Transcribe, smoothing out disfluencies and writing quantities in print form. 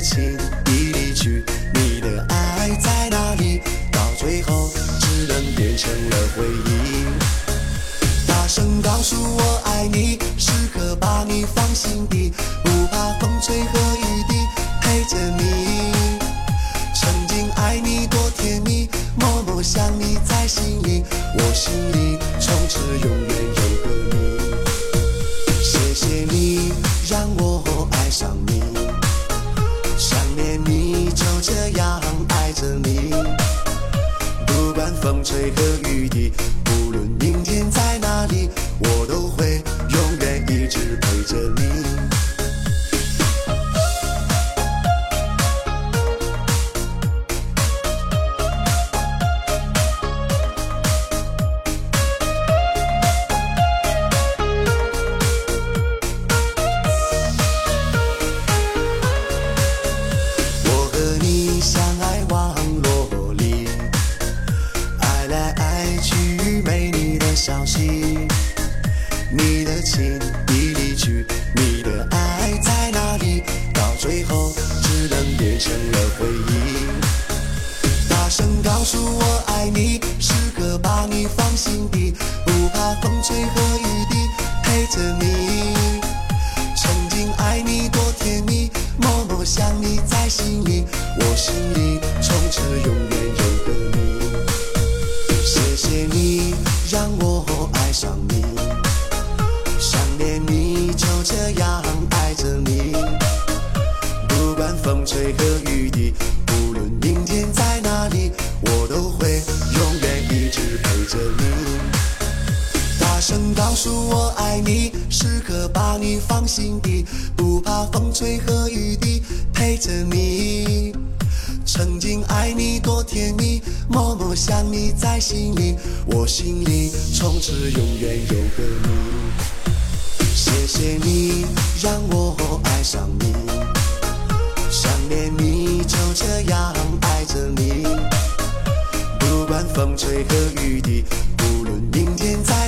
情已离去，你的爱在哪里？到最后只能变成了回忆。大声告诉我爱你，时刻把你放心底，不怕风吹和雨滴，陪着你。曾经爱你多甜蜜，默默想你在心里，我心里从此永远有个你。谢谢你让我爱上你，想念你就这样爱着你，不管风吹和雨滴，无论明天在哪里，我都会永远一直陪着你。我和你相爱网络里，爱来爱去没你的消息，你的情已离去，你的爱在哪里？到最后只能变成了回忆。大声告诉我爱你，时刻把你放心底，不怕风吹和雨滴，陪着你。曾经爱你多甜蜜，默默想你在心里，我心里从此永远有个你。谢谢你让我爱上你，想念你就这样爱着你，不管风吹和雨滴，无论明天在哪里，我都会永远一直陪着你。大声告诉我爱你，时刻把你放心底，不怕风吹和雨滴，陪着你。曾经爱你多甜蜜，默默想你在心里，我心里从此永远有个你。谢谢你让我爱上你，想念你就这样爱着你，不管风吹和雨滴，无论明天在